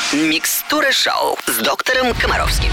Микстура шоу с доктором Комаровским.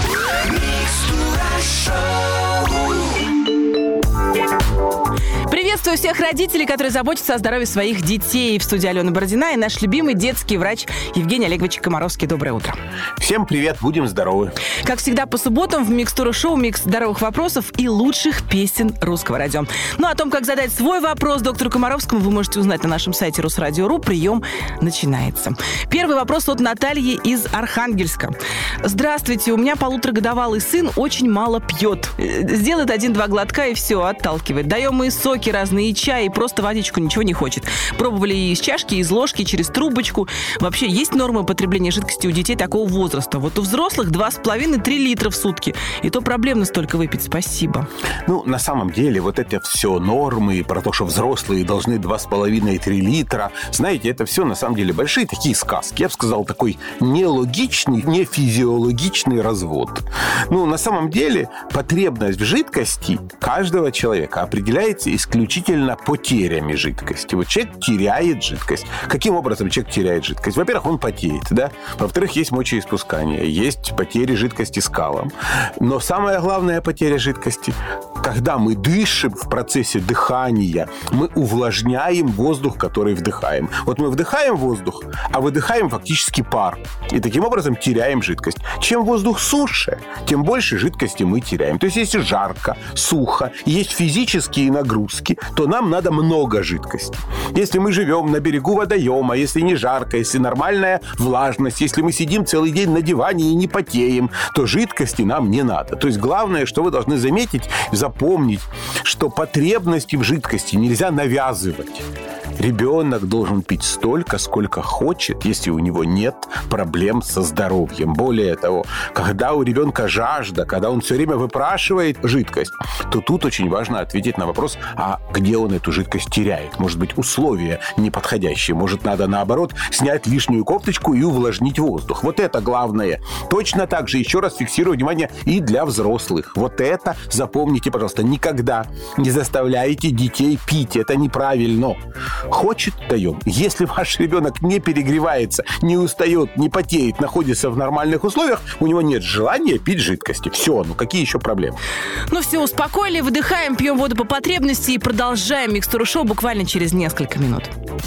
Приветствую всех родителей, которые заботятся о здоровье своих детей. В студии Алена Бородина и наш любимый детский врач Евгений Олегович Комаровский. Доброе утро. Всем привет, будем здоровы. Как всегда, по субботам в Микстура шоу микс здоровых вопросов и лучших песен русского радио. Ну, о том, как задать свой вопрос доктору Комаровскому, вы можете узнать на нашем сайте Русрадио.ру. Прием начинается. Первый вопрос от Натальи из Архангельска. Здравствуйте, у меня 1,5-годовалый сын очень мало пьет. Сделает 1-2 глотка и все, отталкивает. Даем и соки разные, и чай, и просто водичку, ничего не хочет. Пробовали и из чашки, и из ложки, и через трубочку. Вообще, есть нормы потребления жидкости у детей такого возраста? Вот у взрослых 2,5-3 литра в сутки. И то проблемно столько выпить. Спасибо. Ну, на самом деле, вот это все нормы про то, что взрослые должны 2,5-3 литра. Знаете, это все, на самом деле, большие такие сказки. Я бы сказал, такой нелогичный, нефизиологичный развод. Ну, на самом деле, потребность в жидкости каждого человека определяется исключительно потерями жидкости. Вот человек теряет жидкость. Каким образом человек теряет жидкость? Во-первых, он потеет, да? Во-вторых, есть мочеиспускание, есть потери жидкости с калом. Но самая главная потеря жидкости, когда мы дышим в процессе дыхания, мы увлажняем воздух, который вдыхаем. Вот мы вдыхаем воздух, а выдыхаем фактически пар. И таким образом теряем жидкость. Чем воздух суше, тем больше жидкости мы теряем. То есть, если жарко, сухо, есть физические нагрузки, то нам надо много жидкости. Если мы живем на берегу водоема, если не жарко, если нормальная влажность, если мы сидим целый день на диване и не потеем, то жидкости нам не надо. То есть, главное, что вы должны заметить, запомнить, что потребности в жидкости нельзя навязывать. Ребенок должен пить столько, сколько хочет, если у него нет проблем со здоровьем. Более того, когда у ребенка жажда, когда он все время выпрашивает жидкость, то тут очень важно ответить на вопрос, а где он эту жидкость теряет? Может быть, условия неподходящие. Может, надо, наоборот, снять лишнюю кофточку и увлажнить воздух. Вот это главное. Точно так же, еще раз фиксирую внимание, и для взрослых. Вот это запомните, пожалуйста. Никогда не заставляйте детей пить. Это неправильно. Хочет – даем. Если ваш ребенок не перегревается, не устает, не потеет, находится в нормальных условиях, у него нет желания пить жидкости. Все, ну какие еще проблемы? Ну все, успокоили, выдыхаем, пьем воду по потребности и продолжаем Микстуру шоу буквально через несколько минут.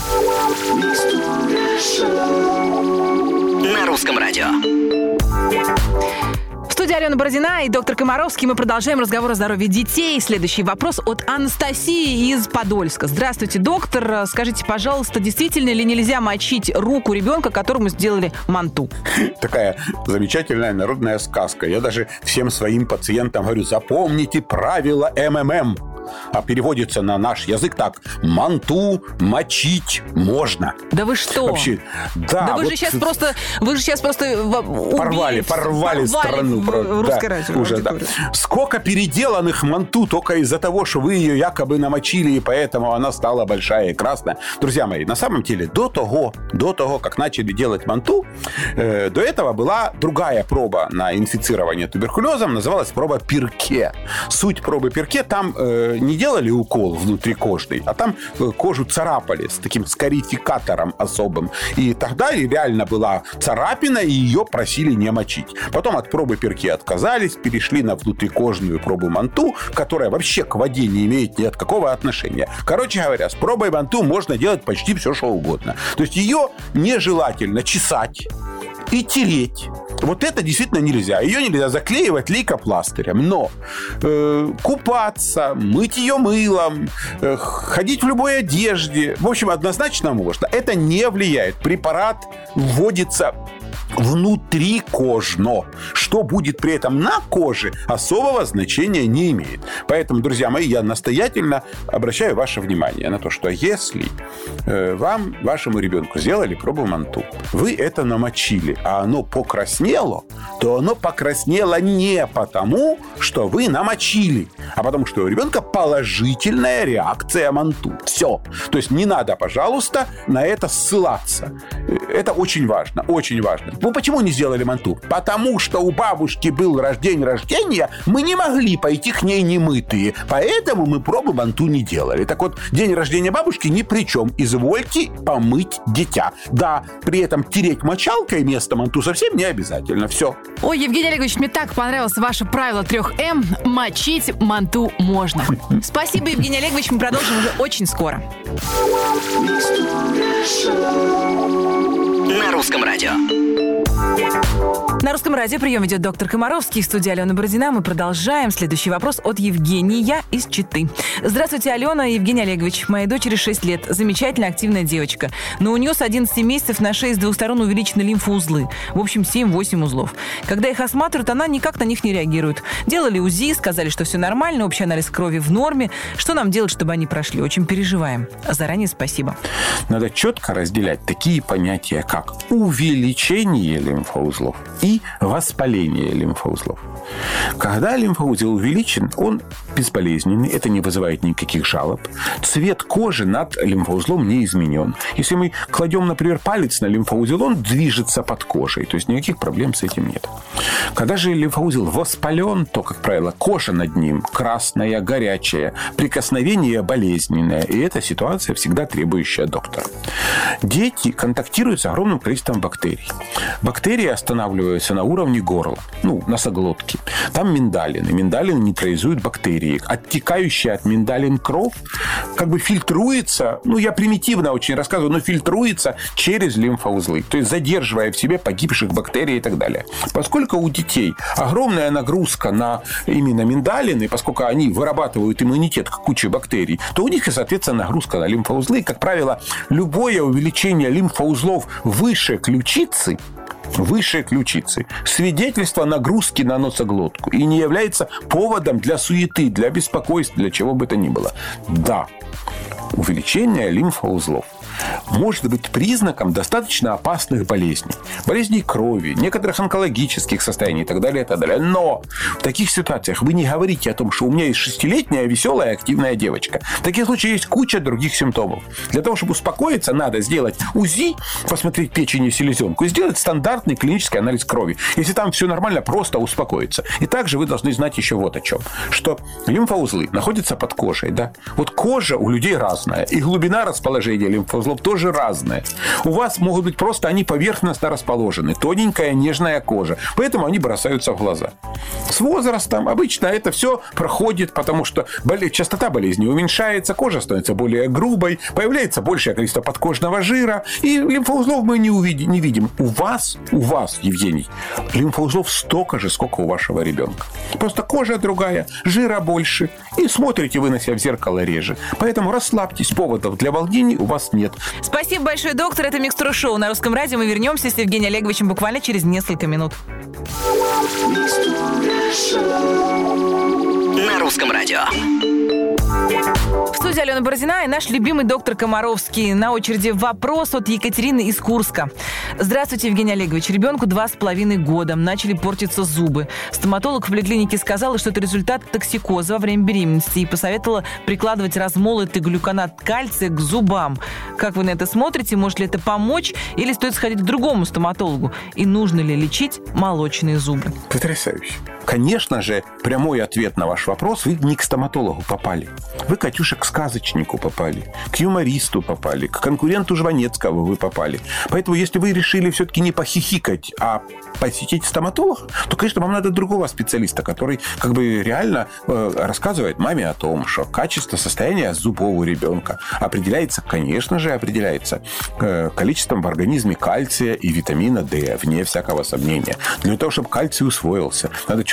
На русском радио. В студии Алена Бородина и доктор Комаровский. Мы продолжаем разговор о здоровье детей. Следующий вопрос от Анастасии из Подольска. Здравствуйте, доктор. Скажите, пожалуйста, действительно ли нельзя мочить руку ребенка, которому сделали манту? Такая замечательная народная сказка. Я даже всем своим пациентам говорю, запомните правила МММ. А переводится на наш язык так: манту мочить можно. Да вы что? Вообще, да вы, вот же сейчас просто порвали страну. Русское радио. Уже, да. Сколько переделанных манту только из-за того, что вы ее якобы намочили, и поэтому она стала большая и красная. Друзья мои, на самом деле, до того, как начали делать манту, до этого была другая проба на инфицирование туберкулезом, называлась проба Пирке. Суть пробы Пирке, там не делали укол внутрикожный, а там кожу царапали с таким скарификатором особым. И тогда реально была царапина, и ее просили не мочить. Потом от пробы Пирке отказались, перешли на внутрикожную пробу манту, которая вообще к воде не имеет никакого отношения. Короче говоря, с пробой манту можно делать почти все, что угодно. То есть ее нежелательно чесать и тереть. Вот это действительно нельзя. Ее нельзя заклеивать лейкопластырем. Но купаться, мыть ее мылом, ходить в любой одежде, в общем, однозначно можно. Это не влияет. Препарат вводится внутрикожно. Что будет при этом на коже, особого значения не имеет. Поэтому, друзья мои, я настоятельно обращаю ваше внимание на то, что если вашему ребенку сделали пробу манту, вы это намочили, а оно покраснело, покраснело, то оно покраснело не потому, что вы намочили, а потому что у ребенка положительная реакция манту. Все. То есть не надо, пожалуйста, на это ссылаться. Это очень важно, очень важно. Вы почему не сделали манту? Потому что у бабушки был день рождения, мы не могли пойти к ней немытые, поэтому мы пробу манту не делали. Так вот, день рождения бабушки ни при чем. Извольте помыть дитя. Да, при этом тереть мочалкой вместо манту совсем не обязательно. Все. Ой, Евгений Олегович, мне так понравилось ваше правило 3М. Мочить манту можно. Спасибо, Евгений Олегович. Мы продолжим уже очень скоро. На русском радио. На русском радио прием ведет доктор Комаровский. В студии Алена Бородина. Мы продолжаем. Следующий вопрос от Евгения из Читы. Здравствуйте, Алена и Евгений Олегович. Моей дочери 6 лет. Замечательная, активная девочка. Но у нее с 11 месяцев на шее с двух сторон увеличены лимфоузлы. В общем, 7-8 узлов. Когда их осматривают, она никак на них не реагирует. Делали УЗИ, сказали, что все нормально, общий анализ крови в норме. Что нам делать, чтобы они прошли? Очень переживаем. Заранее спасибо. Надо четко разделять такие понятия, как увеличение лимфоузлов и воспаление лимфоузлов. Когда лимфоузел увеличен, он безболезненный, это не вызывает никаких жалоб. Цвет кожи над лимфоузлом не изменен. Если мы кладем, например, палец на лимфоузел, он движется под кожей, то есть никаких проблем с этим нет. Когда же лимфоузел воспален, то, как правило, кожа над ним красная, горячая, прикосновение болезненное, и эта ситуация всегда требующая доктора. Дети контактируют с огромным количеством бактерий. Бактерии останавливаются на уровне горла, носоглотки. Там миндалины. Миндалины нейтрализуют бактерии. Оттекающая от миндалин кровь как бы фильтруется, я примитивно очень рассказываю, но фильтруется через лимфоузлы, то есть задерживая в себе погибших бактерий и так далее. Поскольку у детей огромная нагрузка на именно миндалины, поскольку они вырабатывают иммунитет к куче бактерий, то у них и, соответственно, нагрузка на лимфоузлы. И, как правило, любое увеличение лимфоузлов выше ключицы свидетельство нагрузки на носоглотку и не является поводом для суеты, для беспокойства, для чего бы то ни было. Да, увеличение лимфоузлов может быть признаком достаточно опасных болезней. Болезней крови, некоторых онкологических состояний и так далее, и так далее. Но в таких ситуациях вы не говорите о том, что у меня есть 6-летняя веселая активная девочка. В таких случаях есть куча других симптомов. Для того, чтобы успокоиться, надо сделать УЗИ, посмотреть печень и селезенку и сделать стандартный клинический анализ крови. Если там все нормально, просто успокоиться. И также вы должны знать еще вот о чем. Что лимфоузлы находятся под кожей. Да? Вот кожа у людей разная. И глубина расположения лимфоузлов тоже разная. У вас могут быть просто они поверхностно расположены. Тоненькая, нежная кожа. Поэтому они бросаются в глаза. С возрастом обычно это все проходит, потому что частота болезни уменьшается, кожа становится более грубой, появляется большее количество подкожного жира, и лимфоузлов мы не видим. У вас, Евгений, лимфоузлов столько же, сколько у вашего ребенка. Просто кожа другая, жира больше, и смотрите вы на себя в зеркало реже. Поэтому расслабьтесь, поводов для волнений у вас нет. Спасибо большое, доктор. Это «Микстура шоу» на русском радио. Мы вернемся с Евгением Олеговичем буквально через несколько минут. На русском радио. В студии Алена Бородина и наш любимый доктор Комаровский. На очереди вопрос от Екатерины из Курска. Здравствуйте, Евгений Олегович. Ребенку 2,5 года. Начали портиться зубы. Стоматолог в поликлинике сказала, что это результат токсикоза во время беременности и посоветовала прикладывать размолотый глюконат кальция к зубам. Как вы на это смотрите? Может ли это помочь? Или стоит сходить к другому стоматологу? И нужно ли лечить молочные зубы? Потрясающе. Конечно же, прямой ответ на ваш вопрос: вы не к стоматологу попали. Вы, Катюша, к сказочнику попали, к юмористу попали, к конкуренту Жванецкого вы попали. Поэтому, если вы решили все-таки не похихикать, а посетить стоматолога, то, конечно, вам надо другого специалиста, который как бы реально рассказывает маме о том, что качество состояния зубов у ребенка определяется, конечно же, количеством в организме кальция и витамина D, вне всякого сомнения. Для того, чтобы кальций усвоился, надо четко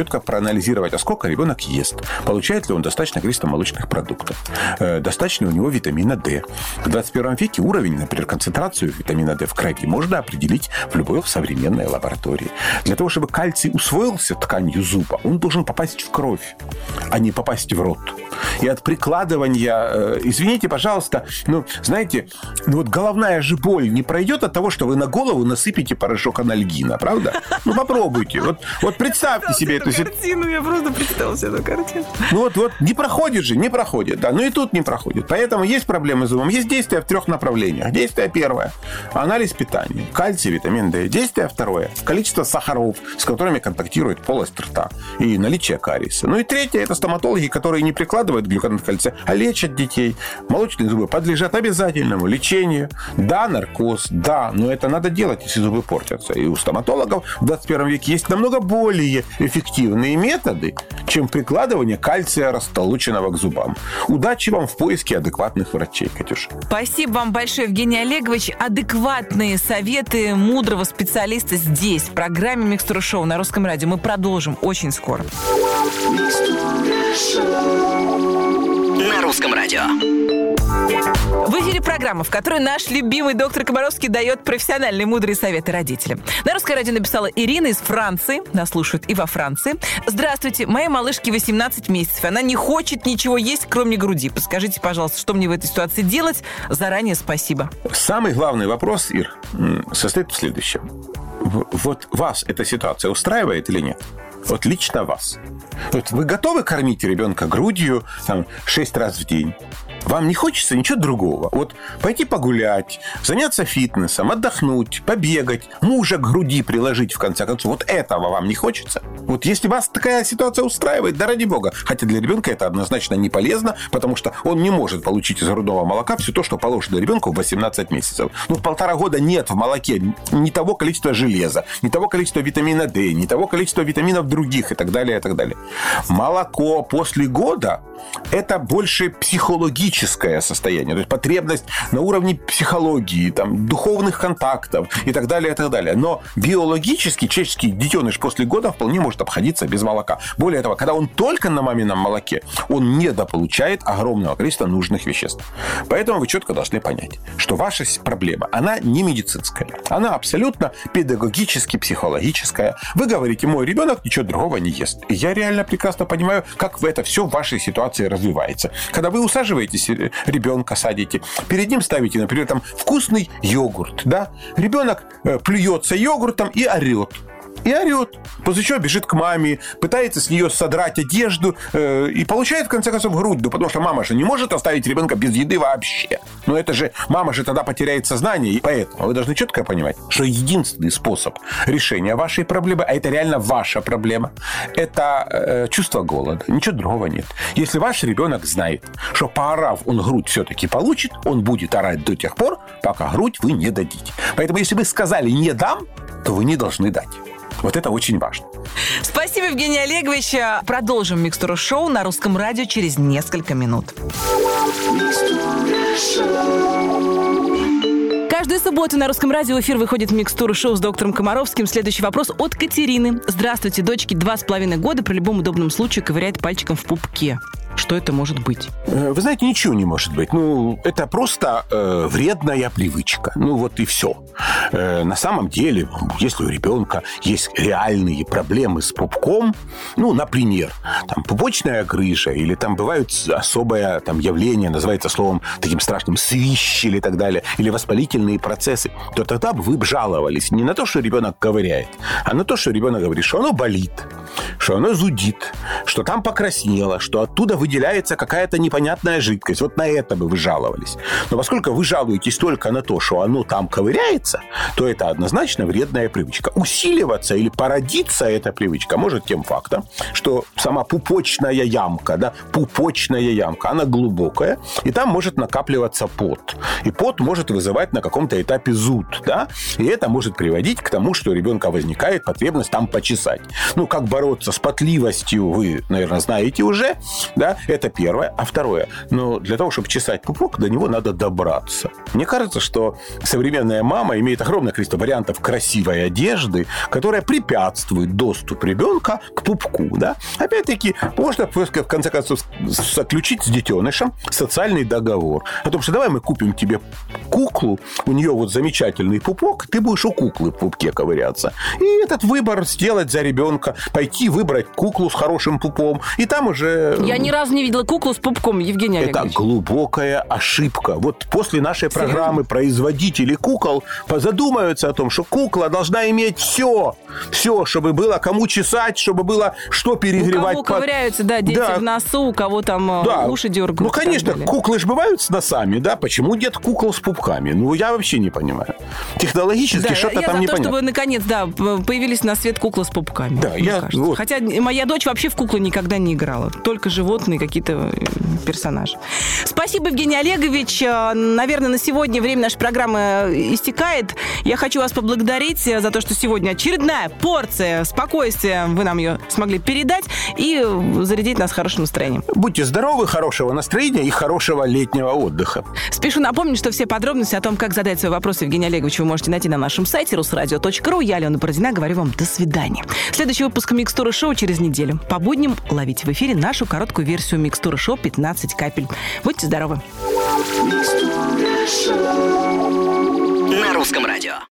четко проанализировать, а сколько ребенок ест, получает ли он достаточное количество молочных продуктов, достаточно ли у него витамина D. В 21 веке уровень, например, концентрацию витамина D в крови можно определить в любой современной лаборатории. Для того, чтобы кальций усвоился тканью зуба, он должен попасть в кровь, а не попасть в рот. И от прикладывания, извините, пожалуйста, знаете, вот головная же боль не пройдет от того, что вы на голову насыпите порошок анальгина, правда? Попробуйте. Вот представьте себе эту картину. Я просто представила себе эту картину. Вот, не проходит же, не проходит. Да, и тут не проходит. Поэтому есть проблемы с зубом. Есть действия в 3 направлениях. Действие первое – анализ питания. Кальций, витамин D. Действие второе – количество сахаров, с которыми контактирует полость рта. И наличие кариеса. И третье – это стоматологи, которые не прикладывают глюконат кальция, а лечат детей. Молочные зубы подлежат обязательному лечению. Да, наркоз, да, но это надо делать, если зубы портятся. И у стоматологов в 21 веке есть намного более эффективные методы, чем прикладывание кальция, растолоченного к зубам. Удачи вам в поиске адекватных врачей, Катюша. Спасибо вам большое, Евгений Олегович. Адекватные советы мудрого специалиста здесь, в программе «Микстура Шоу» на Русском радио. Мы продолжим очень скоро. На Русском радио. В эфире программа, в которой наш любимый доктор Комаровский дает профессиональные мудрые советы родителям. На Русское радио написала Ирина из Франции. Нас слушают и во Франции. Здравствуйте, моей малышке 18 месяцев. Она не хочет ничего есть, кроме груди. Подскажите, пожалуйста, что мне в этой ситуации делать? Заранее спасибо. Самый главный вопрос, Ир, состоит в следующем. Вот вас эта ситуация устраивает или нет? Вот лично вас. Вот вы готовы кормить ребенка грудью 6 раз в день? Вам не хочется ничего другого? Вот пойти погулять, заняться фитнесом, отдохнуть, побегать, мужа к груди приложить, в конце концов. Вот этого вам не хочется? Вот если вас такая ситуация устраивает, да ради бога. Хотя для ребенка это однозначно не полезно, потому что он не может получить из грудного молока все то, что положено ребенку в 18 месяцев. В 1,5 года нет в молоке ни того количества железа, ни того количества витамина D, ни того количества витаминов других и так далее, и так далее. Молоко после года – это больше психологическое состояние, то есть потребность на уровне психологии, духовных контактов и так далее, и так далее. Но биологически человеческий детеныш после года вполне может обходиться без молока. Более того, когда он только на мамином молоке, он недополучает огромного количества нужных веществ. Поэтому вы четко должны понять, что ваша проблема, она не медицинская, она абсолютно педагогически психологическая. Вы говорите, мой ребенок ничего другого не ест. И я реально прекрасно понимаю, как это все в вашей ситуации развивается. Когда вы усаживаетесь, ребенка садите, перед ним ставите, например, вкусный йогурт, да? Ребенок плюется йогуртом и орет. После чего бежит к маме, пытается с нее содрать одежду и получает, в конце концов, грудь. Потому что мама же не может оставить ребенка без еды вообще. Но это же, мама же тогда потеряет сознание. И поэтому вы должны четко понимать, что единственный способ решения вашей проблемы, а это реально ваша проблема, это чувство голода. Ничего другого нет. Если ваш ребенок знает, что поорав, он грудь все-таки получит, он будет орать до тех пор, пока грудь вы не дадите. Поэтому если вы сказали «не дам», то вы не должны дать. Вот это очень важно. Спасибо, Евгений Олегович. Продолжим «Микстуру Шоу» на Русском радио через несколько минут. Каждую субботу на Русском радио в эфир выходит «Микстура Шоу» с доктором Комаровским. Следующий вопрос от Катерины. Здравствуйте, дочке 2,5 года, при любом удобном случае ковыряет пальчиком в пупке. Что это может быть? Вы знаете, ничего не может быть. Это просто вредная привычка. Вот и все. На самом деле, если у ребенка есть реальные проблемы с пупком, например, пупочная грыжа, или бывают особое явление, называется словом таким страшным свищ или так далее, или воспалительные процессы, то тогда бы вы жаловались не на то, что ребенок ковыряет, а на то, что ребенок говорит, что оно болит, что оно зудит, что там покраснело, что оттуда выделяется какая-то непонятная жидкость. Вот на это бы вы жаловались. Но поскольку вы жалуетесь только на то, что оно там ковыряется, то это однозначно вредная привычка. Усиливаться или породиться эта привычка может тем фактом, что сама пупочная ямка, она глубокая, и там может накапливаться пот. И пот может вызывать на каком-то этапе зуд, да? И это может приводить к тому, что у ребенка возникает потребность там почесать. Как бы бороться с потливостью, вы, наверное, знаете уже, да, это первое. А второе, но для того, чтобы чесать пупок, до него надо добраться. Мне кажется, что современная мама имеет огромное количество вариантов красивой одежды, которая препятствует доступу ребенка к пупку, да. Опять-таки, можно, в конце концов, заключить с детенышем социальный договор о том, что давай мы купим тебе куклу, у нее вот замечательный пупок, ты будешь у куклы в пупке ковыряться. И этот выбор сделать за ребенка, пойти выбрать куклу с хорошим пупом, и там уже... Я ни разу не видела куклу с пупком, Евгений Олегович. Это глубокая ошибка. Вот после нашей программы производители кукол задумаются о том, что кукла должна иметь все, чтобы было кому чесать, чтобы было что перегревать. У кого ковыряются, да, дети в носу, у кого там уши дергают. Ну, конечно, куклы же бывают с носами, да, почему нет кукол с пупками? Ну, я вообще не понимаю. Технологически что-то там непонятно. Я за то, чтобы, наконец, появились на свет куклы с пупками. Да, вот. Хотя моя дочь вообще в куклы никогда не играла. Только животные, какие-то персонажи. Спасибо, Евгений Олегович. Наверное, на сегодня время нашей программы истекает. Я хочу вас поблагодарить за то, что сегодня очередная порция спокойствия вы нам ее смогли передать и зарядить нас хорошим настроением. Будьте здоровы, хорошего настроения и хорошего летнего отдыха. Спешу напомнить, что все подробности о том, как задать свой вопрос Евгению Олеговичу, вы можете найти на нашем сайте rusradio.ru. Я, Алена Бородина, говорю вам до свидания. Следующий выпуск «Микстуры шоу» через неделю. По будням ловите в эфире нашу короткую версию «Микстуры шоу» 15 капель. Будьте здоровы. На Русском радио.